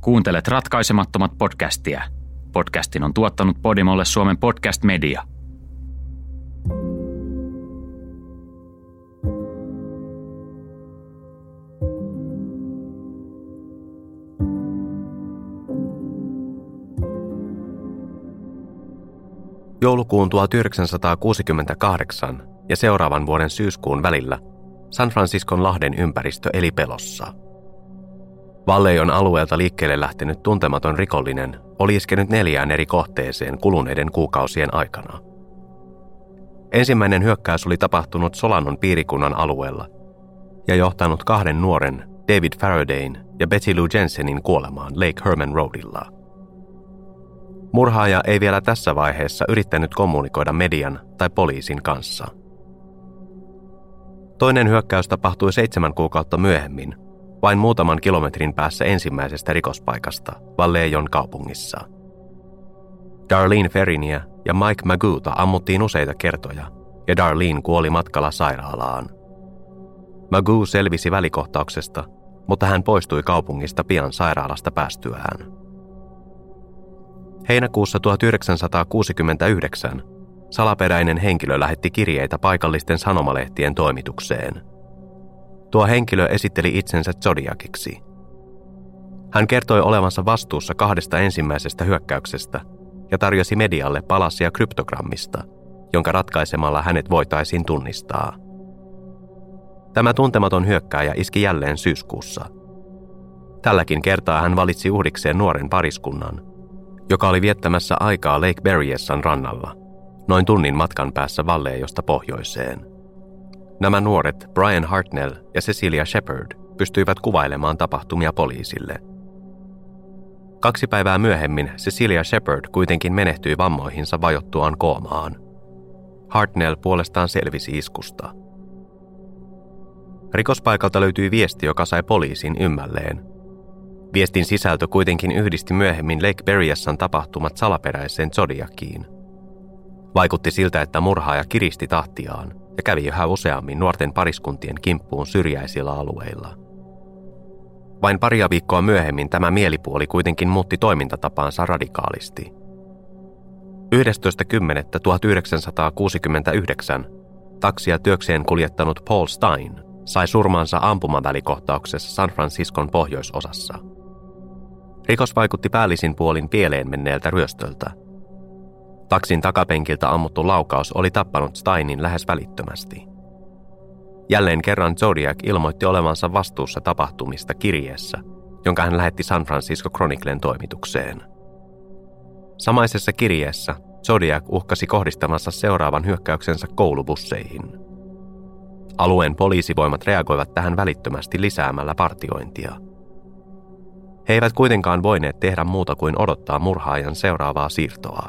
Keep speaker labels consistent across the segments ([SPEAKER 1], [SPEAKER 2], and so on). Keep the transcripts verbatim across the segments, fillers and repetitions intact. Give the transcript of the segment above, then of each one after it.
[SPEAKER 1] Kuuntelet Ratkaisemattomat podcastia. Podcastin on tuottanut Podimolle Suomen Podcast Media.
[SPEAKER 2] Joulukuun tuhatyhdeksänsataakuusikymmentäkahdeksan ja seuraavan vuoden syyskuun välillä San Franciscon lahden ympäristö eli pelossa. Vallejon alueelta liikkeelle lähtenyt tuntematon rikollinen oli iskenyt neljään eri kohteeseen kuluneiden kuukausien aikana. Ensimmäinen hyökkäys oli tapahtunut Solanon piirikunnan alueella ja johtanut kahden nuoren David Faradayn ja Betty Lou Jensenin kuolemaan Lake Herman Roadilla. Murhaaja ei vielä tässä vaiheessa yrittänyt kommunikoida median tai poliisin kanssa. Toinen hyökkäys tapahtui seitsemän kuukautta myöhemmin, vain muutaman kilometrin päässä ensimmäisestä rikospaikasta Vallejon kaupungissa. Darlene Ferrinia ja Mike Maguta ammuttiin useita kertoja, ja Darlene kuoli matkalla sairaalaan. Magoo selvisi välikohtauksesta, mutta hän poistui kaupungista pian sairaalasta päästyään. Heinäkuussa tuhatyhdeksänsataakuusikymmentäyhdeksän salaperäinen henkilö lähetti kirjeitä paikallisten sanomalehtien toimitukseen. Tuo henkilö esitteli itsensä Zodiaciksi. Hän kertoi olevansa vastuussa kahdesta ensimmäisestä hyökkäyksestä ja tarjosi medialle palasia kryptogrammista, jonka ratkaisemalla hänet voitaisiin tunnistaa. Tämä tuntematon hyökkääjä iski jälleen syyskuussa. Tälläkin kertaa hän valitsi uhrikseen nuoren pariskunnan, joka oli viettämässä aikaa Lake Berryessan rannalla, noin tunnin matkan päässä Vallejosta pohjoiseen. Nämä nuoret, Brian Hartnell ja Cecilia Shepard, pystyivät kuvailemaan tapahtumia poliisille. Kaksi päivää myöhemmin Cecilia Shepard kuitenkin menehtyi vammoihinsa vajottuaan koomaan. Hartnell puolestaan selvisi iskusta. Rikospaikalta löytyi viesti, joka sai poliisin ymmälleen. Viestin sisältö kuitenkin yhdisti myöhemmin Lake Berryessan tapahtumat salaperäiseen Zodiaciin. Vaikutti siltä, että murhaaja kiristi tahtiaan ja kävi yhä useammin nuorten pariskuntien kimppuun syrjäisillä alueilla. Vain paria viikkoa myöhemmin tämä mielipuoli kuitenkin muutti toimintatapaansa radikaalisti. yhdestoista kymmenettä tuhatyhdeksänsataakuusikymmentäyhdeksän taksia työkseen kuljettanut Paul Stein sai surmansa ampumavälikohtauksessa San Franciscon pohjoisosassa. Rikos vaikutti päällisin puolin pieleen menneeltä ryöstöltä. Taksin takapenkiltä ammuttu laukaus oli tappanut Steinin lähes välittömästi. Jälleen kerran Zodiac ilmoitti olevansa vastuussa tapahtumista kirjeessä, jonka hän lähetti San Francisco Chroniclen toimitukseen. Samaisessa kirjeessä Zodiac uhkasi kohdistamassa seuraavan hyökkäyksensä koulubusseihin. Alueen poliisivoimat reagoivat tähän välittömästi lisäämällä partiointia. He eivät kuitenkaan voineet tehdä muuta kuin odottaa murhaajan seuraavaa siirtoa.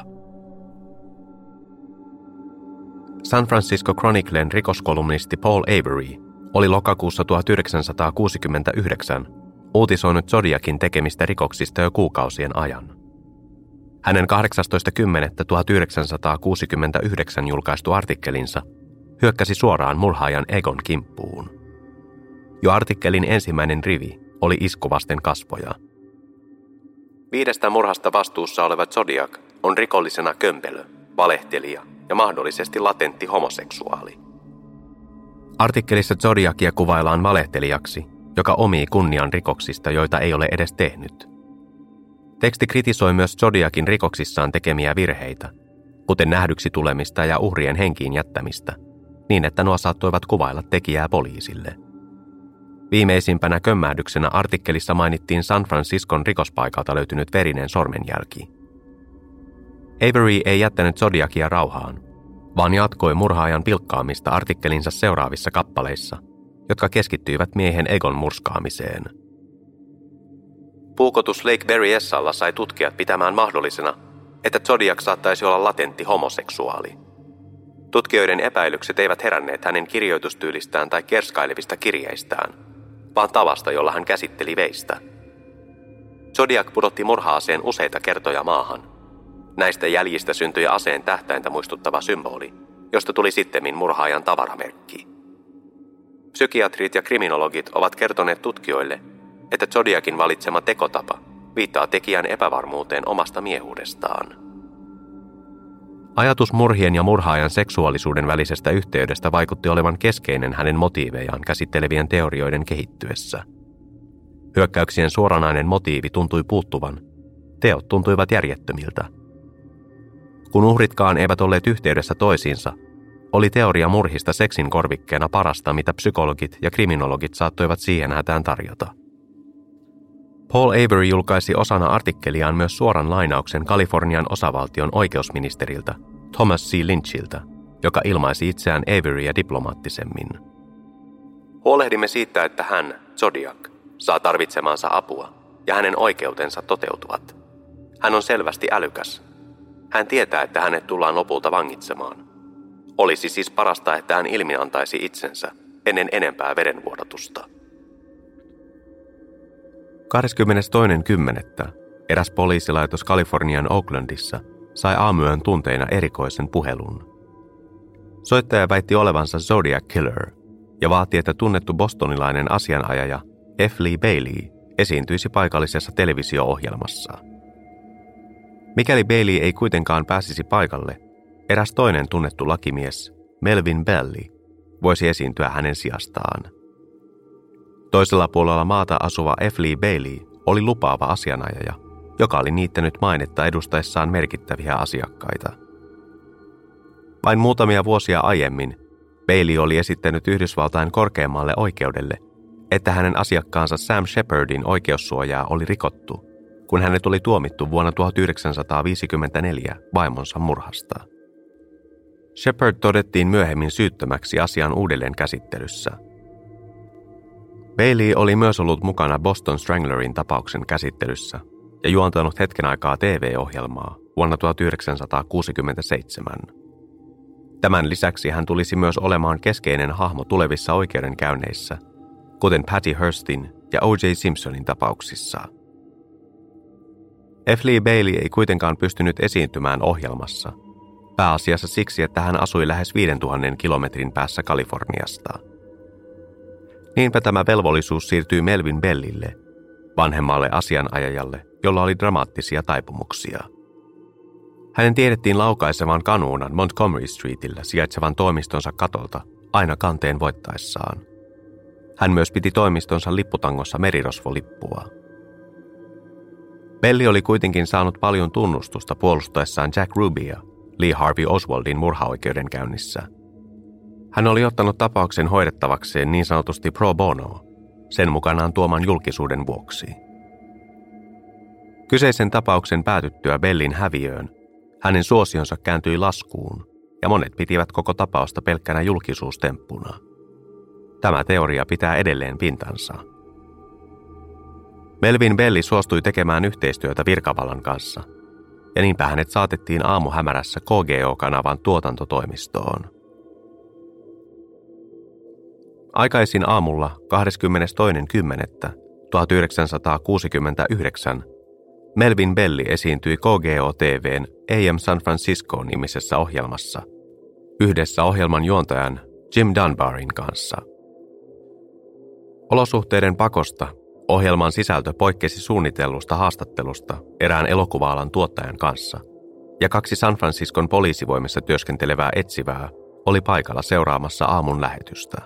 [SPEAKER 2] San Francisco Chroniclen rikoskolumnisti Paul Avery oli lokakuussa tuhatyhdeksänsataakuusikymmentäyhdeksän uutisoinut Zodiacin tekemistä rikoksista jo kuukausien ajan. Hänen kahdeksastoista kymmenettä tuhatyhdeksänsataakuusikymmentäyhdeksän julkaistu artikkelinsa hyökkäsi suoraan murhaajan Egon kimppuun. Jo artikkelin ensimmäinen rivi oli isku vasten kasvoja. Viidestä murhasta vastuussa oleva Zodiac on rikollisena kömpelö, valehtelija ja mahdollisesti latentti homoseksuaali. Artikkelissa Zodiacia kuvaillaan valehtelijaksi, joka omii kunnian rikoksista, joita ei ole edes tehnyt. Teksti kritisoi myös Zodiacin rikoksissaan tekemiä virheitä, kuten nähdyksi tulemista ja uhrien henkiin jättämistä, niin että nuo saattoivat kuvailla tekijää poliisille. Viimeisimpänä kömmähdyksenä artikkelissa mainittiin San Franciscon rikospaikalta löytynyt verinen sormenjälki. Avery ei jättänyt Zodiacia rauhaan, vaan jatkoi murhaajan pilkkaamista artikkelinsa seuraavissa kappaleissa, jotka keskittyivät miehen Egon murskaamiseen. Puukotus Lake Berryessalla sai tutkijat pitämään mahdollisena, että Zodiac saattaisi olla latentti homoseksuaali. Tutkijoiden epäilykset eivät heränneet hänen kirjoitustyylistään tai kerskailevista kirjeistään, vaan tavasta, jolla hän käsitteli veistä. Zodiac pudotti murhaaseen useita kertoja maahan. Näistä jäljistä syntyi aseen tähtäintä muistuttava symboli, josta tuli sittemmin murhaajan tavaramerkki. Psykiatrit ja kriminologit ovat kertoneet tutkijoille, että Zodiacin valitsema tekotapa viittaa tekijän epävarmuuteen omasta miehuudestaan. Ajatus murhien ja murhaajan seksuaalisuuden välisestä yhteydestä vaikutti olevan keskeinen hänen motiivejaan käsittelevien teorioiden kehittyessä. Hyökkäyksien suoranainen motiivi tuntui puuttuvan. Teot tuntuivat järjettömiltä. Kun uhritkaan eivät olleet yhteydessä toisiinsa, oli teoria murhista seksin korvikkeena parasta, mitä psykologit ja kriminologit saattoivat siihen hätään tarjota. Paul Avery julkaisi osana artikkeliaan myös suoran lainauksen Kalifornian osavaltion oikeusministeriltä Thomas C. Lynchiltä, joka ilmaisi itseään Averyä diplomaattisemmin. Huolehdimme siitä, että hän, Zodiac, saa tarvitsemaansa apua ja hänen oikeutensa toteutuvat. Hän on selvästi älykäs. Hän tietää, että hänet tullaan lopulta vangitsemaan. Olisi siis parasta, että hän ilmiantaisi itsensä ennen enempää verenvuodatusta. kahdeskymmenestoinen kymmenettä eräs poliisilaitos Kalifornian Oaklandissa sai aamuyön tunteina erikoisen puhelun. Soittaja väitti olevansa Zodiac Killer ja vaati, että tunnettu bostonilainen asianajaja F. Lee Bailey esiintyisi paikallisessa televisio-ohjelmassa. Mikäli Bailey ei kuitenkaan pääsisi paikalle, eräs toinen tunnettu lakimies, Melvin Belli, voisi esiintyä hänen sijastaan. Toisella puolella maata asuva F. Lee Bailey oli lupaava asianajaja, joka oli niittänyt mainetta edustaessaan merkittäviä asiakkaita. Vain muutamia vuosia aiemmin Bailey oli esittänyt Yhdysvaltain korkeimmalle oikeudelle, että hänen asiakkaansa Sam Shepardin oikeussuojaa oli rikottu, kun hänet oli tuomittu vuonna tuhatyhdeksänsataaviisikymmentäneljä vaimonsa murhasta. Shepard todettiin myöhemmin syyttömäksi asian uudelleenkäsittelyssä. Bailey oli myös ollut mukana Boston Stranglerin tapauksen käsittelyssä ja juontanut hetken aikaa T V-ohjelmaa vuonna tuhatyhdeksänsataakuusikymmentäseitsemän. Tämän lisäksi hän tulisi myös olemaan keskeinen hahmo tulevissa oikeudenkäynneissä, kuten Patty Hearstin ja O J Simpsonin tapauksissa. F. Lee Bailey ei kuitenkaan pystynyt esiintymään ohjelmassa, pääasiassa siksi, että hän asui lähes viidentuhannen kilometrin päässä Kaliforniasta. Niinpä tämä velvollisuus siirtyi Melvin Bellille, vanhemmalle asianajajalle, jolla oli dramaattisia taipumuksia. Hänen tiedettiin laukaisevan kanuunan Montgomery Streetillä sijaitsevan toimistonsa katolta aina kanteen voittaessaan. Hän myös piti toimistonsa lipputangossa merirosvolippua. Belli oli kuitenkin saanut paljon tunnustusta puolustaessaan Jack Rubia Lee Harvey Oswaldin murhaoikeudenkäynnissä. Hän oli ottanut tapauksen hoidettavakseen niin sanotusti pro bono, sen mukanaan tuoman julkisuuden vuoksi. Kyseisen tapauksen päätyttyä Bellin häviöön, hänen suosionsa kääntyi laskuun ja monet pitivät koko tapausta pelkkänä julkisuustemppuna. Tämä teoria pitää edelleen pintansa. Melvin Belli suostui tekemään yhteistyötä virkavallan kanssa, ja niinpä hänet saatettiin aamuhämärässä K G O-kanavan tuotantotoimistoon. Aikaisin aamulla kahdeskymmenestoinen kymmenettä tuhatyhdeksänsataakuusikymmentäyhdeksän Melvin Belli esiintyi K G O T V:n A M San Francisco-nimisessä ohjelmassa yhdessä ohjelman juontajan Jim Dunbarin kanssa. Olosuhteiden pakosta ohjelman sisältö poikkesi suunnitellusta haastattelusta erään elokuva-alan tuottajan kanssa, ja kaksi San Franciscon poliisivoimissa työskentelevää etsivää oli paikalla seuraamassa aamun lähetystä.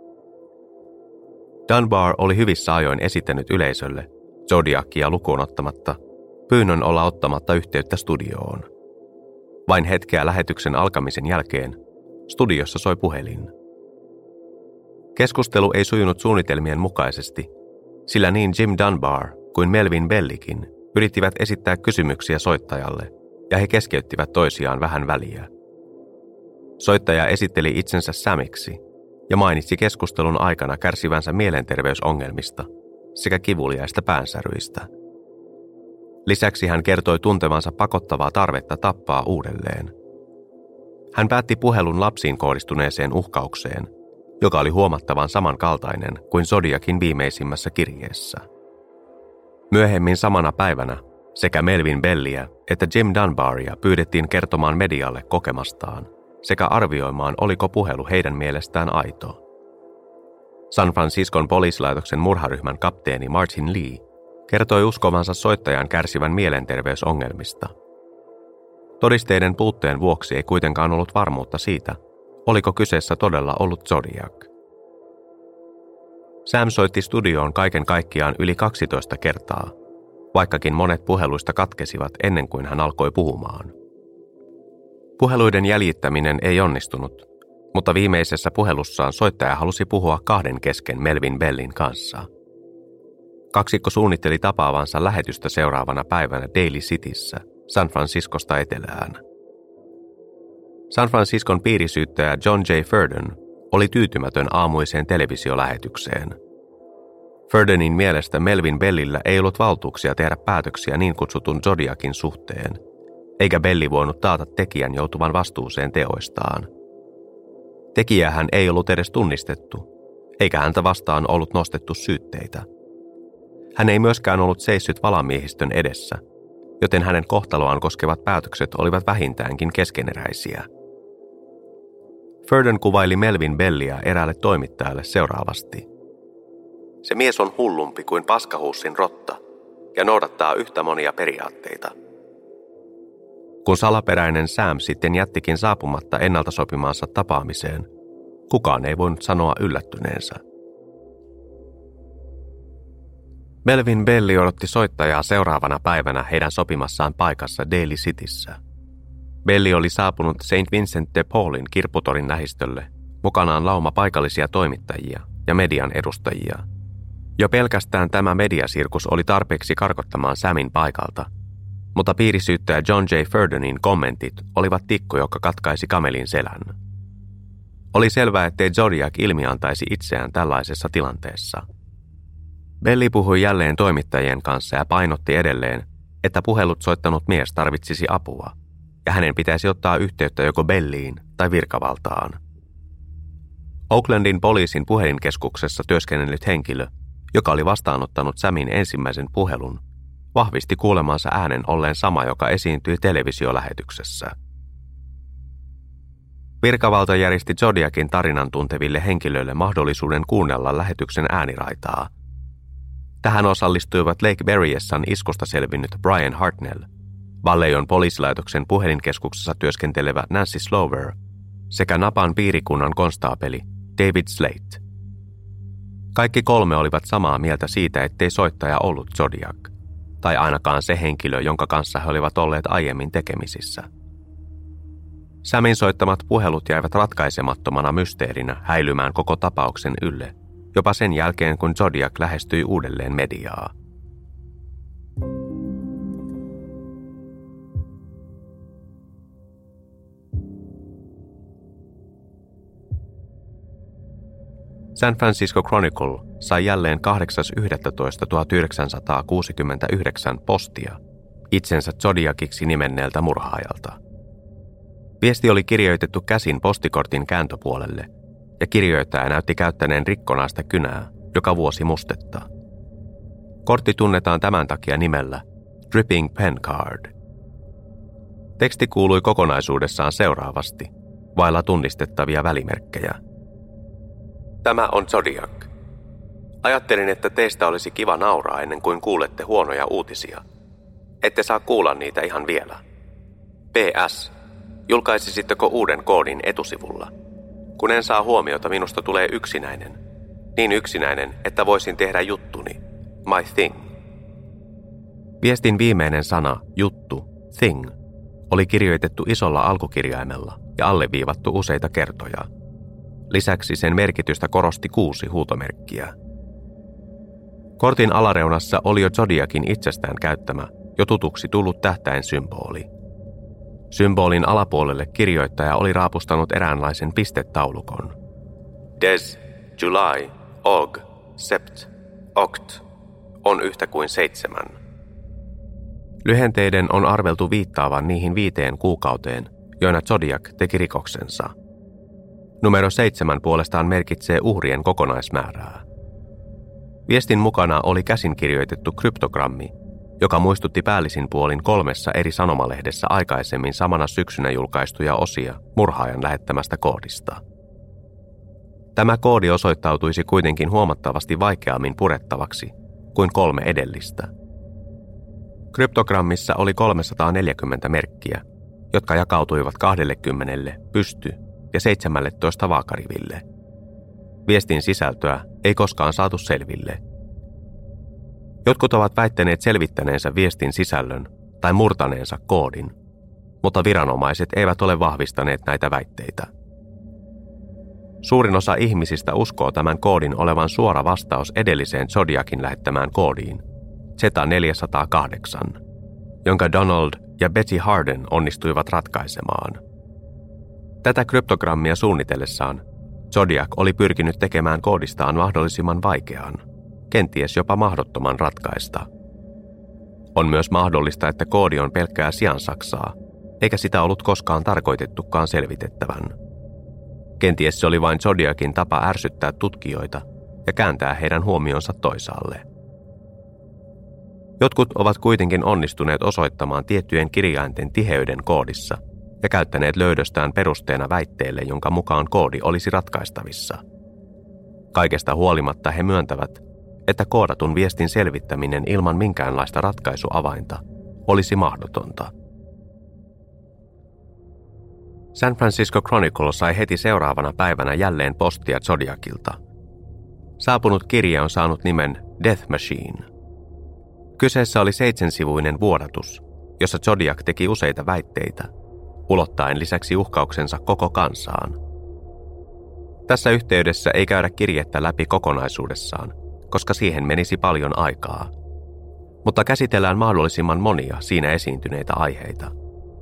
[SPEAKER 2] Dunbar oli hyvissä ajoin esittänyt yleisölle, Zodiacia lukuun ottamatta, pyynnön olla ottamatta yhteyttä studioon. Vain hetkeä lähetyksen alkamisen jälkeen studiossa soi puhelin. Keskustelu ei sujunut suunnitelmien mukaisesti, sillä niin Jim Dunbar kuin Melvin Bellikin yrittivät esittää kysymyksiä soittajalle, ja he keskeyttivät toisiaan vähän väliä. Soittaja esitteli itsensä Samiksi ja mainitsi keskustelun aikana kärsivänsä mielenterveysongelmista sekä kivuliaista päänsäryistä. Lisäksi hän kertoi tuntevansa pakottavaa tarvetta tappaa uudelleen. Hän päätti puhelun lapsiin kohdistuneeseen uhkaukseen, joka oli huomattavan samankaltainen kuin Zodiacin viimeisimmässä kirjeessä. Myöhemmin samana päivänä sekä Melvin Belliä että Jim Dunbaria pyydettiin kertomaan medialle kokemastaan sekä arvioimaan, oliko puhelu heidän mielestään aito. San Franciscon poliisilaitoksen murharyhmän kapteeni Martin Lee kertoi uskovansa soittajan kärsivän mielenterveysongelmista. Todisteiden puutteen vuoksi ei kuitenkaan ollut varmuutta siitä, oliko kyseessä todella ollut Zodiac. Sam soitti studioon kaiken kaikkiaan yli kaksitoista kertaa, vaikkakin monet puheluista katkesivat ennen kuin hän alkoi puhumaan. Puheluiden jäljittäminen ei onnistunut, mutta viimeisessä puhelussaan soittaja halusi puhua kahden kesken Melvin Bellin kanssa. Kaksikko suunnitteli tapaavansa lähetystä seuraavana päivänä Daly Cityssä, San Franciscosta etelään. San Franciscon piirisyyttäjä John J. Furdon oli tyytymätön aamuiseen televisiolähetykseen. Furdonin mielestä Melvin Bellillä ei ollut valtuuksia tehdä päätöksiä niin kutsutun Zodiacin suhteen, eikä Belli voinut taata tekijän joutuvan vastuuseen teoistaan. Tekijähän ei ollut edes tunnistettu, eikä häntä vastaan ollut nostettu syytteitä. Hän ei myöskään ollut seissyt valamiehistön edessä, joten hänen kohtaloaan koskevat päätökset olivat vähintäänkin keskeneräisiä. Furdon kuvaili Melvin Belliä eräälle toimittajalle seuraavasti. Se mies on hullumpi kuin paskahuussin rotta ja noudattaa yhtä monia periaatteita. Kun salaperäinen Sam sitten jättikin saapumatta ennalta sopimaansa tapaamiseen, kukaan ei voinut sanoa yllättyneensä. Melvin Belli odotti soittajaa seuraavana päivänä heidän sopimassaan paikassa Daly Cityssä. Belli oli saapunut Saint Vincent de Paulin kirpputorin lähistölle, mukanaan lauma paikallisia toimittajia ja median edustajia. Jo pelkästään tämä mediasirkus oli tarpeeksi karkottamaan Samin paikalta, mutta piirisyyttäjä John J. Furdonin kommentit olivat tikku, joka katkaisi kamelin selän. Oli selvää, ettei Zodiac ilmiantaisi itseään tällaisessa tilanteessa. Belli puhui jälleen toimittajien kanssa ja painotti edelleen, että puhelut soittanut mies tarvitsisi apua, ja hänen pitäisi ottaa yhteyttä joko Belliin tai virkavaltaan. Oaklandin poliisin puhelinkeskuksessa työskennellyt henkilö, joka oli vastaanottanut Samin ensimmäisen puhelun, vahvisti kuulemansa äänen olleen sama, joka esiintyi televisiolähetyksessä. Virkavalta järjesti Zodiacin tarinan tunteville henkilöille mahdollisuuden kuunnella lähetyksen ääniraitaa. Tähän osallistuivat Lake Berryessan iskusta selvinnyt Brian Hartnell, Vallejon poliisilaitoksen puhelinkeskuksessa työskentelevä Nancy Slover sekä Napan piirikunnan konstaapeli David Slate. Kaikki kolme olivat samaa mieltä siitä, ettei soittaja ollut Zodiac, tai ainakaan se henkilö, jonka kanssa he olivat olleet aiemmin tekemisissä. Samin soittamat puhelut jäivät ratkaisemattomana mysteerinä häilymään koko tapauksen ylle, jopa sen jälkeen kun Zodiac lähestyi uudelleen mediaa. San Francisco Chronicle sai jälleen kahdeksas yhdestoista tuhatyhdeksänsataakuusikymmentäyhdeksän postia itsensä Zodiaciksi nimenneeltä murhaajalta. Viesti oli kirjoitettu käsin postikortin kääntöpuolelle, ja kirjoittaja näytti käyttäneen rikkonaista kynää, joka vuosi mustetta. Kortti tunnetaan tämän takia nimellä Dripping Pen Card. Teksti kuului kokonaisuudessaan seuraavasti, vailla tunnistettavia välimerkkejä. Tämä on Zodiac. Ajattelin, että teistä olisi kiva nauraa ennen kuin kuulette huonoja uutisia. Ette saa kuulla niitä ihan vielä. P S. Julkaisisitteko uuden koodin etusivulla? Kun en saa huomiota, minusta tulee yksinäinen. Niin yksinäinen, että voisin tehdä juttuni. My thing. Viestin viimeinen sana, juttu, thing, oli kirjoitettu isolla alkukirjaimella ja alleviivattu useita kertoja. Lisäksi sen merkitystä korosti kuusi huutomerkkiä. Kortin alareunassa oli jo Zodiacin itsestään käyttämä, jo tutuksi tullut tähtäin symboli. Symbolin alapuolelle kirjoittaja oli raapustanut eräänlaisen pistetaulukon. Des, July, Og, Sept, Oct on yhtä kuin seitsemän. Lyhenteiden on arveltu viittaavan niihin viiteen kuukauteen, joina Zodiac teki rikoksensa. Numero seitsemän puolestaan merkitsee uhrien kokonaismäärää. Viestin mukana oli käsin kirjoitettu kryptogrammi, joka muistutti päällisin puolin kolmessa eri sanomalehdessä aikaisemmin samana syksynä julkaistuja osia murhaajan lähettämästä koodista. Tämä koodi osoittautuisi kuitenkin huomattavasti vaikeammin purettavaksi kuin kolme edellistä. Kryptogrammissa oli kolmesataaneljäkymmentä merkkiä, jotka jakautuivat kaksikymmentä pysty- ja seitsemäntoista vaakariville. Viestin sisältöä ei koskaan saatu selville. Jotkut ovat väittäneet selvittäneensä viestin sisällön tai murtaneensa koodin, mutta viranomaiset eivät ole vahvistaneet näitä väitteitä. Suurin osa ihmisistä uskoo tämän koodin olevan suora vastaus edelliseen Zodiacin lähettämään koodiin, Z neljäsataakahdeksan, jonka Donald ja Betty Harden onnistuivat ratkaisemaan. Tätä kryptogrammia suunnitellessaan Zodiac oli pyrkinyt tekemään koodistaan mahdollisimman vaikean, kenties jopa mahdottoman ratkaista. On myös mahdollista, että koodi on pelkkää siansaksaa, eikä sitä ollut koskaan tarkoitettukaan selvitettävän. Kenties se oli vain Zodiacin tapa ärsyttää tutkijoita ja kääntää heidän huomionsa toisaalle. Jotkut ovat kuitenkin onnistuneet osoittamaan tiettyjen kirjainten tiheyden koodissa ja käyttäneet löydöstään perusteena väitteelle, jonka mukaan koodi olisi ratkaistavissa. Kaikesta huolimatta he myöntävät, että koodatun viestin selvittäminen ilman minkäänlaista ratkaisuavainta olisi mahdotonta. San Francisco Chronicle sai heti seuraavana päivänä jälleen postia Zodiacilta. Saapunut kirje on saanut nimen Death Machine. Kyseessä oli seitsemänsivuinen vuodatus, jossa Zodiac teki useita väitteitä, ulottaen lisäksi uhkauksensa koko kansaan. Tässä yhteydessä ei käydä kirjettä läpi kokonaisuudessaan, koska siihen menisi paljon aikaa. Mutta käsitellään mahdollisimman monia siinä esiintyneitä aiheita.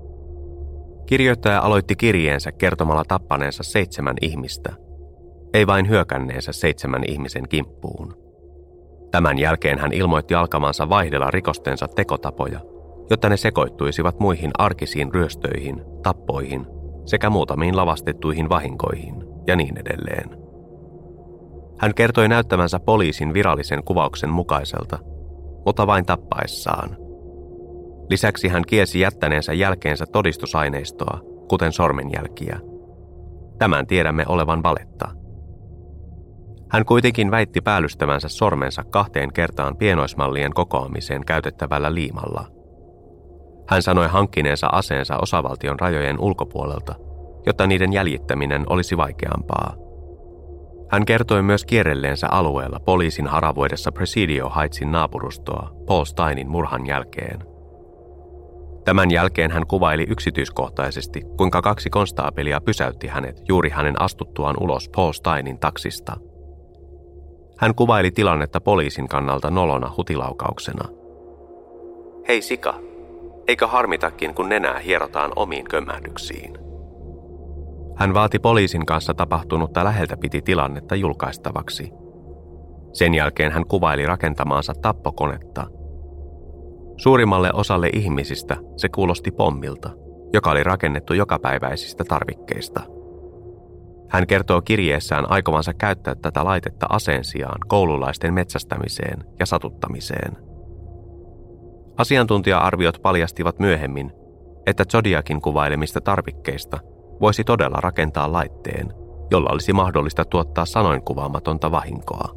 [SPEAKER 2] Kirjoittaja aloitti kirjeensä kertomalla tappaneensa seitsemän ihmistä, ei vain hyökänneensä seitsemän ihmisen kimppuun. Tämän jälkeen hän ilmoitti alkamansa vaihdella rikostensa tekotapoja, jotta ne sekoittuisivat muihin arkisiin ryöstöihin, tappoihin sekä muutamiin lavastettuihin vahinkoihin ja niin edelleen. Hän kertoi näyttämänsä poliisin virallisen kuvauksen mukaiselta, mutta vain tappaessaan. Lisäksi hän kielsi jättäneensä jälkeensä todistusaineistoa, kuten sormenjälkiä. Tämän tiedämme olevan valetta. Hän kuitenkin väitti päällystävänsä sormensa kahteen kertaan pienoismallien kokoamiseen käytettävällä liimalla. Hän sanoi hankkineensa aseensa osavaltion rajojen ulkopuolelta, jotta niiden jäljittäminen olisi vaikeampaa. Hän kertoi myös kierrelleensä alueella poliisin haravoidessa Presidio Heightsin naapurustoa Paul Steinin murhan jälkeen. Tämän jälkeen hän kuvaili yksityiskohtaisesti, kuinka kaksi konstaapelia pysäytti hänet juuri hänen astuttuaan ulos Paul Steinin taksista. Hän kuvaili tilannetta poliisin kannalta nolona hutilaukauksena. Hei sika, eikö harmitakin, kun nenää hierotaan omiin kömmähdyksiin? Hän vaati poliisin kanssa tapahtunutta läheltä piti tilannetta julkaistavaksi. Sen jälkeen hän kuvaili rakentamaansa tappokonetta. Suurimmalle osalle ihmisistä se kuulosti pommilta, joka oli rakennettu jokapäiväisistä tarvikkeista. Hän kertoo kirjeessään aikovansa käyttää tätä laitetta aseen sijaan koululaisten metsästämiseen ja satuttamiseen. Asiantuntija-arviot paljastivat myöhemmin, että Zodiacin kuvailemista tarvikkeista voisi todella rakentaa laitteen, jolla olisi mahdollista tuottaa sanoin kuvaamatonta vahinkoa.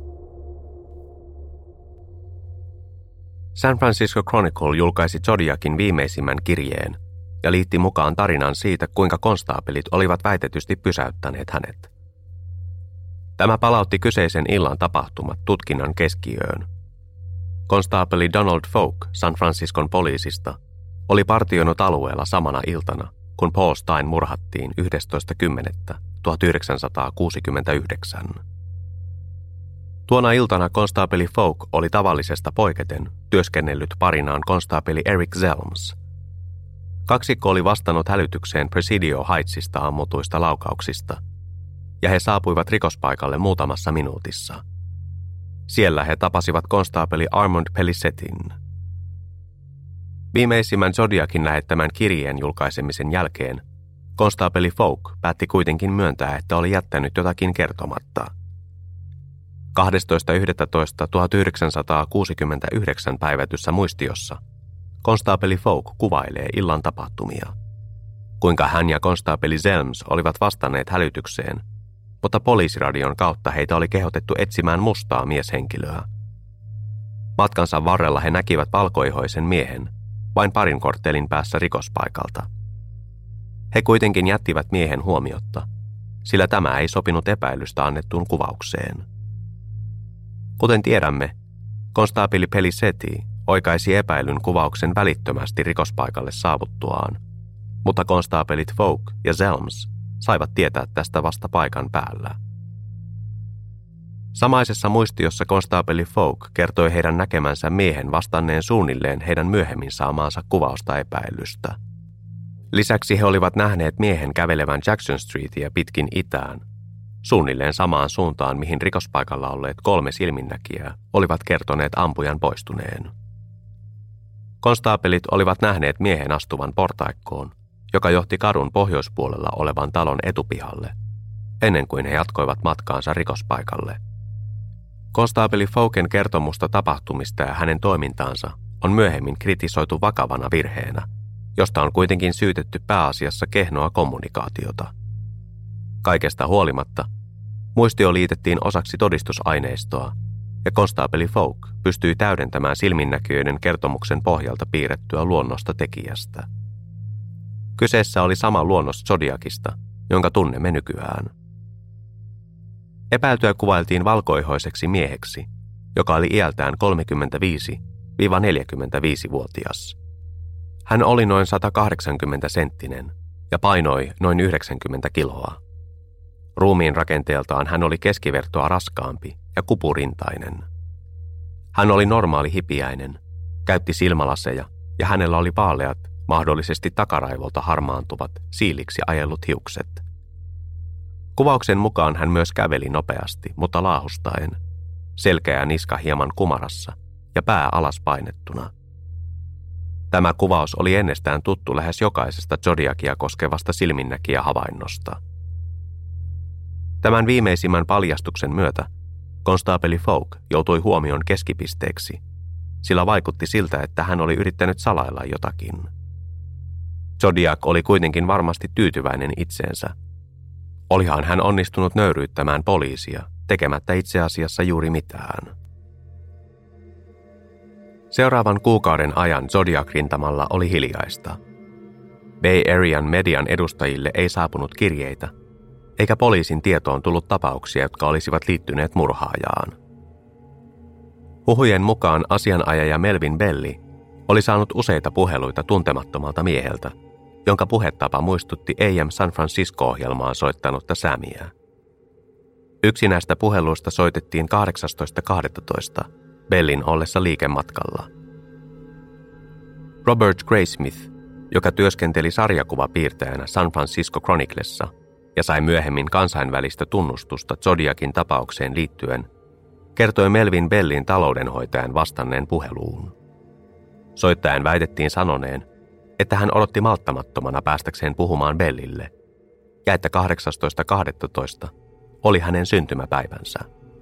[SPEAKER 2] San Francisco Chronicle julkaisi Zodiacin viimeisimmän kirjeen ja liitti mukaan tarinan siitä, kuinka konstaapelit olivat väitetysti pysäyttäneet hänet. Tämä palautti kyseisen illan tapahtumat tutkinnan keskiöön. Konstaapeli Donald Folk San Franciscon poliisista oli partioinut alueella samana iltana, kun Paul Stein murhattiin yhdestoista kymmenettä tuhatyhdeksänsataakuusikymmentäyhdeksän. Tuona iltana konstaapeli Folk oli tavallisesta poiketen työskennellyt parinaan konstaapeli Eric Zelms. Kaksikko oli vastannut hälytykseen Presidio Heightsista ammutuista laukauksista, ja he saapuivat rikospaikalle muutamassa minuutissa. Siellä he tapasivat konstaapeli Armand Pelissetin. Viimeisimmän Zodiacin lähettämän kirjeen julkaisemisen jälkeen konstaapeli Folk päätti kuitenkin myöntää, että oli jättänyt jotakin kertomatta. kahdestoista yhdestoista tuhatyhdeksänsataakuusikymmentäyhdeksän päivätyssä muistiossa konstaapeli Folk kuvailee illan tapahtumia. Kuinka hän ja konstaapeli Zelms olivat vastanneet hälytykseen, mutta poliisiradion kautta heitä oli kehotettu etsimään mustaa mieshenkilöä. Matkansa varrella he näkivät valkoihoisen miehen, vain parin korttelin päässä rikospaikalta. He kuitenkin jättivät miehen huomiotta, sillä tämä ei sopinut epäilystä annettuun kuvaukseen. Kuten tiedämme, konstaapeli Pelisetti oikaisi epäilyn kuvauksen välittömästi rikospaikalle saavuttuaan, mutta konstaapelit Folk ja Zelms saivat tietää tästä vasta paikan päällä. Samaisessa muistiossa konstaapeli Folk kertoi heidän näkemänsä miehen vastanneen suunnilleen heidän myöhemmin saamaansa kuvausta epäilystä. Lisäksi he olivat nähneet miehen kävelevän Jackson Streetia pitkin itään, suunnilleen samaan suuntaan, mihin rikospaikalla olleet kolme silminnäkijää olivat kertoneet ampujan poistuneen. Konstaapelit olivat nähneet miehen astuvan portaikkoon, joka johti kadun pohjoispuolella olevan talon etupihalle, ennen kuin he jatkoivat matkaansa rikospaikalle. Konstaapeli Folken kertomusta tapahtumista ja hänen toimintaansa on myöhemmin kritisoitu vakavana virheenä, josta on kuitenkin syytetty pääasiassa kehnoa kommunikaatiota. Kaikesta huolimatta, muistio liitettiin osaksi todistusaineistoa, ja konstaapeli Folk pystyi täydentämään silminnäkijöiden kertomuksen pohjalta piirrettyä luonnosta tekijästä. Kyseessä oli sama luonnos Zodiacista, jonka tunnemme nykyään. Epäiltyä kuvailtiin valkoihoiseksi mieheksi, joka oli iältään kolmekymmentäviisi–neljäkymmentäviisi-vuotias. Hän oli noin sata kahdeksankymmentä senttinen ja painoi noin yhdeksänkymmentä kiloa. Ruumiin rakenteeltaan hän oli keskivertoa raskaampi ja kupurintainen. Hän oli normaali hipiäinen, käytti silmälaseja ja hänellä oli vaaleat, mahdollisesti takaraivolta harmaantuvat, siiliksi ajellut hiukset. Kuvauksen mukaan hän myös käveli nopeasti, mutta laahustaen, selkä ja niska hieman kumarassa ja pää alas painettuna. Tämä kuvaus oli ennestään tuttu lähes jokaisesta Zodiacia koskevasta silminnäkijähavainnosta. Tämän viimeisimmän paljastuksen myötä konstaapeli Folk joutui huomion keskipisteeksi, sillä vaikutti siltä, että hän oli yrittänyt salailla jotakin. Zodiac oli kuitenkin varmasti tyytyväinen itseensä. Olihan hän onnistunut nöyryyttämään poliisia, tekemättä itse asiassa juuri mitään. Seuraavan kuukauden ajan Zodiac-rintamalla oli hiljaista. Bay Arean median edustajille ei saapunut kirjeitä, eikä poliisin tietoon tullut tapauksia, jotka olisivat liittyneet murhaajaan. Huhujen mukaan asianajaja Melvin Belli oli saanut useita puheluita tuntemattomalta mieheltä, jonka puhetapa muistutti A M San Francisco-ohjelmaan soittanutta Samia. Yksi näistä puheluista soitettiin kahdeksastoista kahdestoista Bellin ollessa liikematkalla. Robert Graysmith, joka työskenteli sarjakuvapiirtäjänä San Francisco Chroniclessa ja sai myöhemmin kansainvälistä tunnustusta Zodiacin tapaukseen liittyen, kertoi Melvin Bellin taloudenhoitajan vastanneen puheluun. Soittajan väitettiin sanoneen, että hän odotti malttamattomana päästäkseen puhumaan Bellille ja että kahdeksastoista kahdestoista oli hänen syntymäpäivänsä.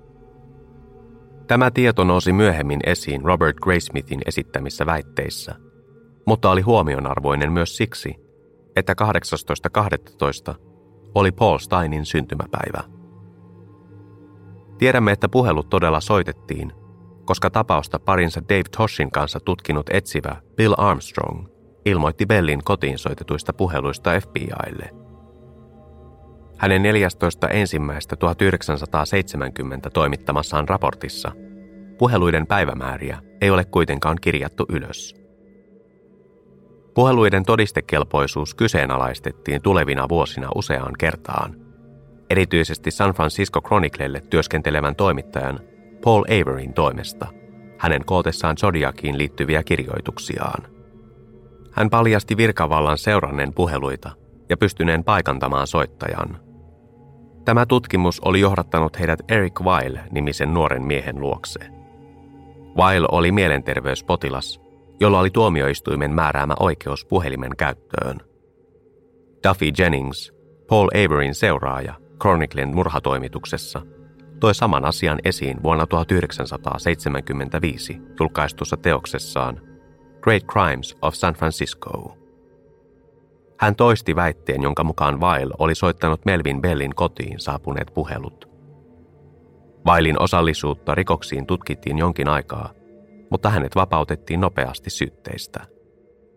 [SPEAKER 2] Tämä tieto nousi myöhemmin esiin Robert Graysmithin esittämissä väitteissä, mutta oli huomionarvoinen myös siksi, että kahdeksastoista kahdestoista oli Paul Steinin syntymäpäivä. Tiedämme, että puhelut todella soitettiin, koska tapausta parinsa Dave Toshin kanssa tutkinut etsivä Bill Armstrong ilmoitti Bellin kotiin soitetuista puheluista F B I:lle. Hänen neljästoista ensimmäistä tuhatyhdeksänsataaseitsemänkymmentä toimittamassaan raportissa puheluiden päivämääriä ei ole kuitenkaan kirjattu ylös. Puheluiden todistekelpoisuus kyseenalaistettiin tulevina vuosina useaan kertaan, erityisesti San Francisco Chroniclelle työskentelevän toimittajan Paul Averyn toimesta, hänen kootessaan Zodiaciin liittyviä kirjoituksiaan. Hän paljasti virkavallan seuranneen puheluita ja pystyneen paikantamaan soittajan. Tämä tutkimus oli johdattanut heidät Eric Weil-nimisen nuoren miehen luokse. Weil oli mielenterveyspotilas, jolla oli tuomioistuimen määräämä oikeus puhelimen käyttöön. Duffy Jennings, Paul Averyn seuraaja Chroniclen murhatoimituksessa, toi saman asian esiin vuonna tuhatyhdeksänsataaseitsemänkymmentäviisi julkaistussa teoksessaan Great Crimes of San Francisco. Hän toisti väitteen, jonka mukaan Weil oli soittanut Melvin Bellin kotiin saapuneet puhelut. Weilin osallisuutta rikoksiin tutkittiin jonkin aikaa, mutta hänet vapautettiin nopeasti syytteistä.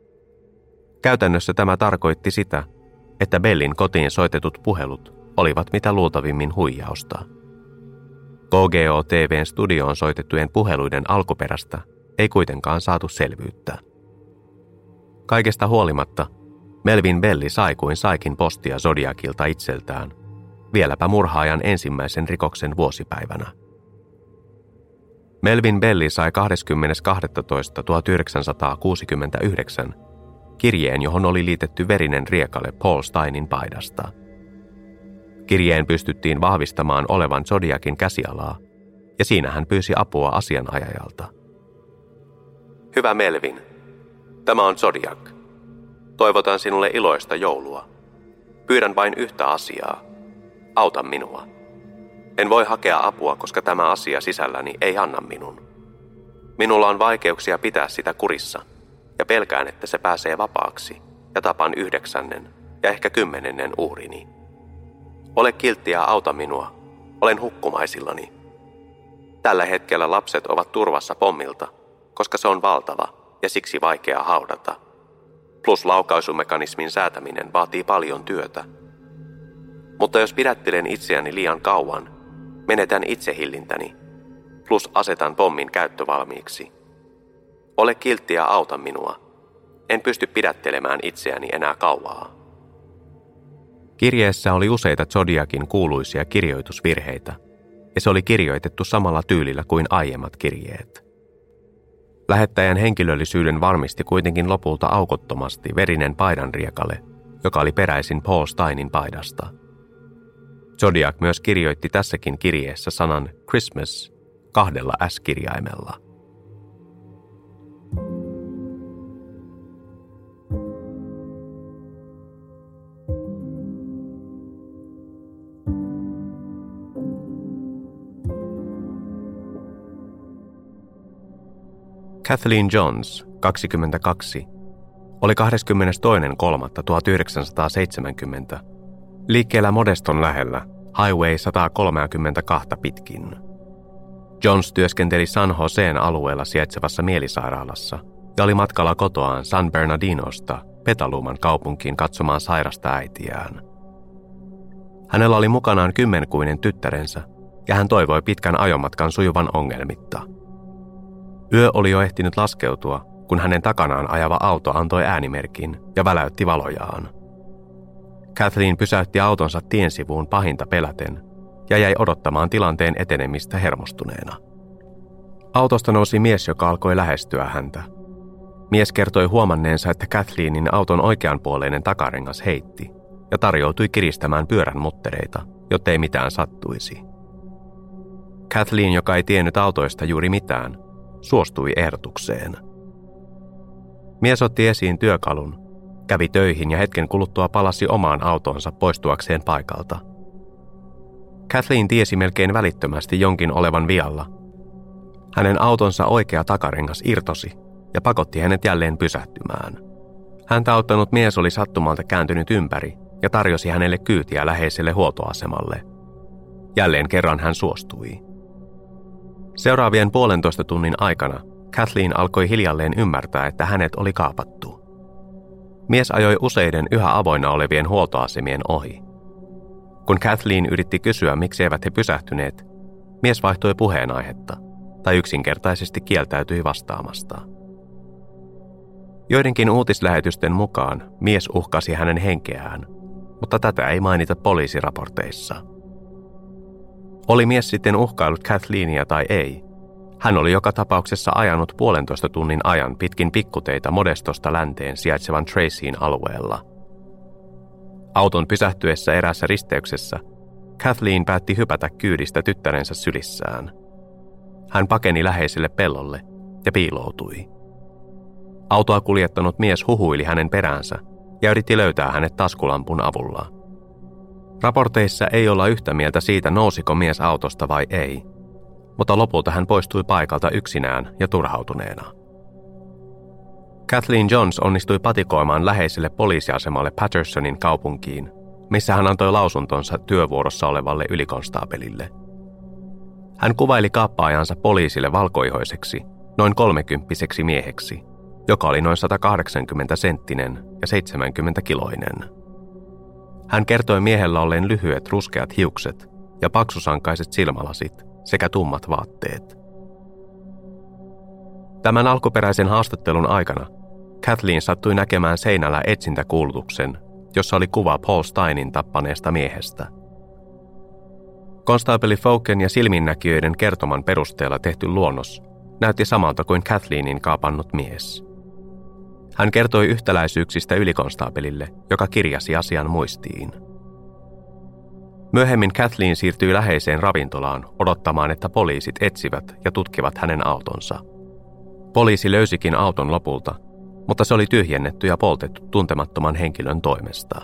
[SPEAKER 2] Käytännössä tämä tarkoitti sitä, että Bellin kotiin soitetut puhelut olivat mitä luultavimmin huijausta. K G O T V:n studioon soitettujen puheluiden alkuperästä ei kuitenkaan saatu selvyyttä. Kaikesta huolimatta Melvin Belli sai kuin saikin postia Zodiacilta itseltään, vieläpä murhaajan ensimmäisen rikoksen vuosipäivänä. Melvin Belli sai kahdeskymmenes kahdestoista tuhatyhdeksänsataakuusikymmentäyhdeksän kirjeen, johon oli liitetty verinen riekale Paul Steinin paidasta. Kirjeen pystyttiin vahvistamaan olevan Zodiacin käsialaa, ja siinä hän pyysi apua asianajajalta. Hyvä Melvin, tämä on Zodiac. Toivotan sinulle iloista joulua. Pyydän vain yhtä asiaa. Auta minua. En voi hakea apua, koska tämä asia sisälläni ei anna minun. Minulla on vaikeuksia pitää sitä kurissa, ja pelkään, että se pääsee vapaaksi, ja tapan yhdeksännen ja ehkä kymmenennen uhrini. Ole kiltti ja auta minua. Olen hukkumaisillani. Tällä hetkellä lapset ovat turvassa pommilta, koska se on valtava ja siksi vaikea haudata. Plus laukaisumekanismin säätäminen vaatii paljon työtä. Mutta jos pidättelen itseäni liian kauan, menetän itsehillintäni, plus asetan pommin käyttövalmiiksi. Ole kiltti ja auta minua. En pysty pidättelemään itseäni enää kauaa. Kirjeessä oli useita Zodiacin kuuluisia kirjoitusvirheitä, ja se oli kirjoitettu samalla tyylillä kuin aiemmat kirjeet. Lähettäjän henkilöllisyyden varmisti kuitenkin lopulta aukottomasti verinen paidanriekale, joka oli peräisin Paul Steinin paidasta. Zodiac myös kirjoitti tässäkin kirjeessä sanan Christmas kahdella S-kirjaimella. Kathleen Johns, kaksikymmentäkaksi, oli kahdeskymmenestoinen kolmatta tuhatyhdeksänsataaseitsemänkymmentä liikkeellä Modeston lähellä Highway sata kolmekymmentäkaksi pitkin. Johns työskenteli San Joseen alueella sijaitsevassa mielisairaalassa ja oli matkalla kotoaan San Bernardinosta Petaluman kaupunkiin katsomaan sairasta äitiään. Hänellä oli mukanaan kymmenkuinen tyttärensä ja hän toivoi pitkän ajomatkan sujuvan ongelmitta. Yö oli jo ehtinyt laskeutua, kun hänen takanaan ajava auto antoi äänimerkin ja väläytti valojaan. Kathleen pysäytti autonsa tien sivuun pahinta peläten ja jäi odottamaan tilanteen etenemistä hermostuneena. Autosta nousi mies, joka alkoi lähestyä häntä. Mies kertoi huomanneensa, että Kathleenin auton oikeanpuoleinen takarengas heitti ja tarjoutui kiristämään pyörän muttereita, jottei mitään sattuisi. Kathleen, joka ei tiennyt autoista juuri mitään, suostui ehdotukseen. Mies otti esiin työkalun, kävi töihin ja hetken kuluttua palasi omaan autonsa poistuakseen paikalta. Kathleen tiesi melkein välittömästi jonkin olevan vialla. Hänen autonsa oikea takarengas irtosi ja pakotti hänet jälleen pysähtymään. Häntä auttanut mies oli sattumalta kääntynyt ympäri ja tarjosi hänelle kyytiä läheiselle huoltoasemalle. Jälleen kerran hän suostui. Seuraavien puolentoista tunnin aikana Kathleen alkoi hiljalleen ymmärtää, että hänet oli kaapattu. Mies ajoi useiden yhä avoinna olevien huoltoasemien ohi. Kun Kathleen yritti kysyä, miksi eivät he pysähtyneet, mies vaihtoi puheenaihetta tai yksinkertaisesti kieltäytyi vastaamasta. Joidenkin uutislähetysten mukaan mies uhkasi hänen henkeään, mutta tätä ei mainita poliisiraporteissa. Oli mies sitten uhkaillut Kathleenia tai ei, hän oli joka tapauksessa ajanut puolentoista tunnin ajan pitkin pikkuteitä Modestosta länteen sijaitsevan Tracyin alueella. Auton pysähtyessä eräässä risteyksessä Kathleen päätti hypätä kyydistä tyttärensä sylissään. Hän pakeni läheiselle pellolle ja piiloutui. Autoa kuljettanut mies huhuili hänen peräänsä ja yritti löytää hänet taskulampun avulla. Raporteissa ei olla yhtä mieltä siitä, nousiko mies autosta vai ei, mutta lopulta hän poistui paikalta yksinään ja turhautuneena. Kathleen Johns onnistui patikoimaan läheiselle poliisiasemalle Pattersonin kaupunkiin, missä hän antoi lausuntonsa työvuorossa olevalle ylikonstaapelille. Hän kuvaili kaappaajansa poliisille valkoihoiseksi, noin kolmekymppiseksi mieheksi, joka oli noin sata kahdeksankymmentä senttinen ja seitsemänkymmentä kiloinen. Hän kertoi miehellä olleen lyhyet ruskeat hiukset ja paksusankaiset silmälasit sekä tummat vaatteet. Tämän alkuperäisen haastattelun aikana Kathleen sattui näkemään seinällä etsintäkuulutuksen, jossa oli kuva Paul Steinin tappaneesta miehestä. Konstaapeli Fouken ja silminnäkijöiden kertoman perusteella tehty luonnos näytti samalta kuin Kathleenin kaapannut mies. Hän kertoi yhtäläisyyksistä ylikonstaapelille, joka kirjasi asian muistiin. Myöhemmin Kathleen siirtyi läheiseen ravintolaan odottamaan, että poliisit etsivät ja tutkivat hänen autonsa. Poliisi löysikin auton lopulta, mutta se oli tyhjennetty ja poltettu tuntemattoman henkilön toimesta.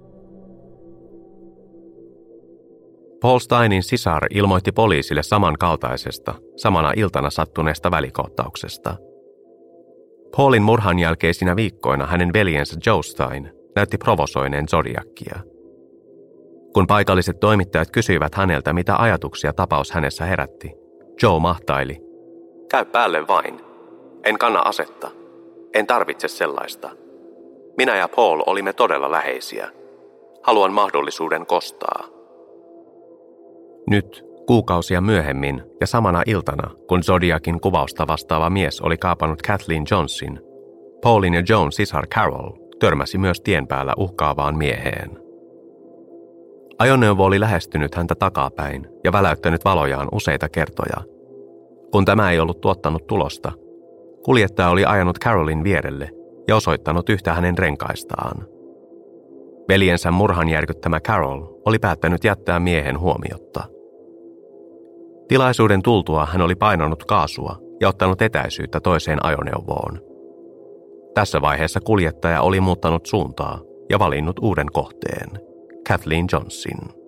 [SPEAKER 2] Paul Steinin sisar ilmoitti poliisille samankaltaisesta, samana iltana sattuneesta välikohtauksesta. Paulin murhan jälkeisinä viikkoina hänen veljensä Joe Stein näytti provosoineen Zodiacia. Kun paikalliset toimittajat kysyivät häneltä, mitä ajatuksia tapaus hänessä herätti, Joe mahtaili: "Käy päälle vain. En kanna asetta. En tarvitse sellaista. Minä ja Paul olimme todella läheisiä. Haluan mahdollisuuden kostaa." Nyt, kuukausia myöhemmin ja samana iltana, kun Zodiacin kuvausta vastaava mies oli kaapannut Kathleen Jonesin, Paulin ja Joan sisar Carol törmäsi myös tien päällä uhkaavaan mieheen. Ajoneuvo oli lähestynyt häntä takapäin ja väläyttänyt valojaan useita kertoja. Kun tämä ei ollut tuottanut tulosta, kuljettaja oli ajanut Carolin vierelle ja osoittanut yhtä hänen renkaistaan. Veljensä murhan järkyttämä Carol oli päättänyt jättää miehen huomiotta. Tilaisuuden tultua hän oli painanut kaasua ja ottanut etäisyyttä toiseen ajoneuvoon. Tässä vaiheessa kuljettaja oli muuttanut suuntaa ja valinnut uuden kohteen, Kathleen Jonesin.